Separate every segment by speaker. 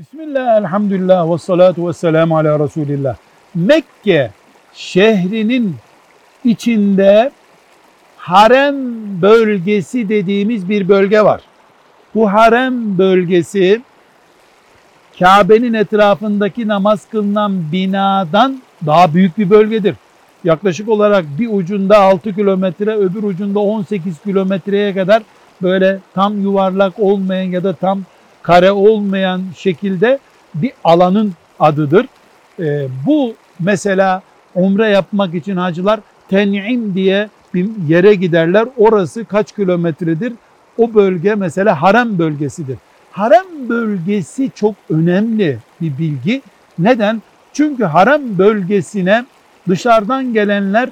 Speaker 1: Bismillah, elhamdülillah, ve salatu ve selamu ala Resulillah. Mekke şehrinin içinde harem bölgesi dediğimiz bir bölge var. Bu harem bölgesi Kabe'nin etrafındaki namaz kılınan binadan daha büyük bir bölgedir. Yaklaşık olarak bir ucunda 6 kilometre, öbür ucunda 18 kilometreye kadar böyle tam yuvarlak olmayan ya da tam kare olmayan şekilde bir alanın adıdır. Bu mesela umre yapmak için hacılar Ten'im diye bir yere giderler. Orası kaç kilometredir? O bölge mesela harem bölgesidir. Harem bölgesi çok önemli bir bilgi. Neden? Çünkü harem bölgesine dışarıdan gelenler,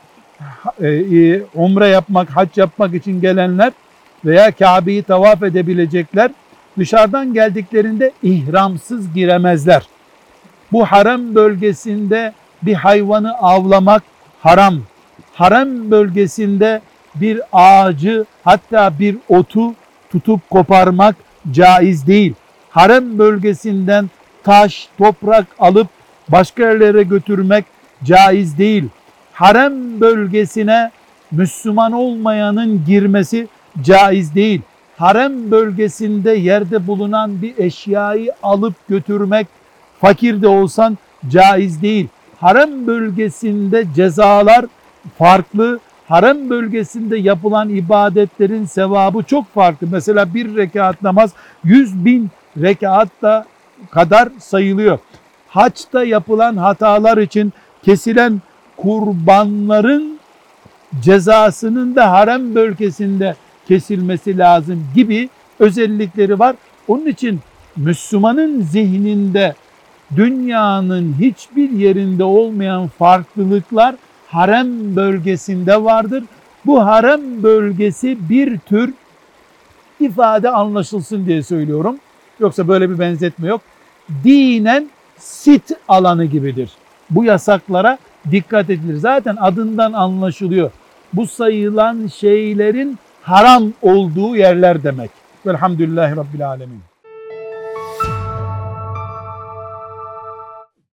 Speaker 1: umre yapmak, hac yapmak için gelenler veya Kabe'yi tavaf edebilecekler, dışarıdan geldiklerinde ihramsız giremezler. Bu harem bölgesinde bir hayvanı avlamak haram. Harem bölgesinde bir ağacı, hatta bir otu tutup koparmak caiz değil. Harem bölgesinden taş, toprak alıp başka yerlere götürmek caiz değil. Harem bölgesine Müslüman olmayanın girmesi caiz değil. Harem bölgesinde yerde bulunan bir eşyayı alıp götürmek, fakir de olsan caiz değil. Harem bölgesinde cezalar farklı. Harem bölgesinde yapılan ibadetlerin sevabı çok farklı. Mesela bir rekat namaz 100.000 rekatta kadar sayılıyor. Haçta yapılan hatalar için kesilen kurbanların cezasının da harem bölgesinde kesilmesi lazım gibi özellikleri var. Onun için Müslümanın zihninde dünyanın hiçbir yerinde olmayan farklılıklar harem bölgesinde vardır. Bu harem bölgesi bir tür ifade anlaşılsın diye söylüyorum. Yoksa böyle bir benzetme yok. Dinen sit alanı gibidir. Bu yasaklara dikkat edilir. Zaten adından anlaşılıyor. Bu sayılan şeylerin haram olduğu yerler demek. Velhamdülillahi Rabbil Alemin.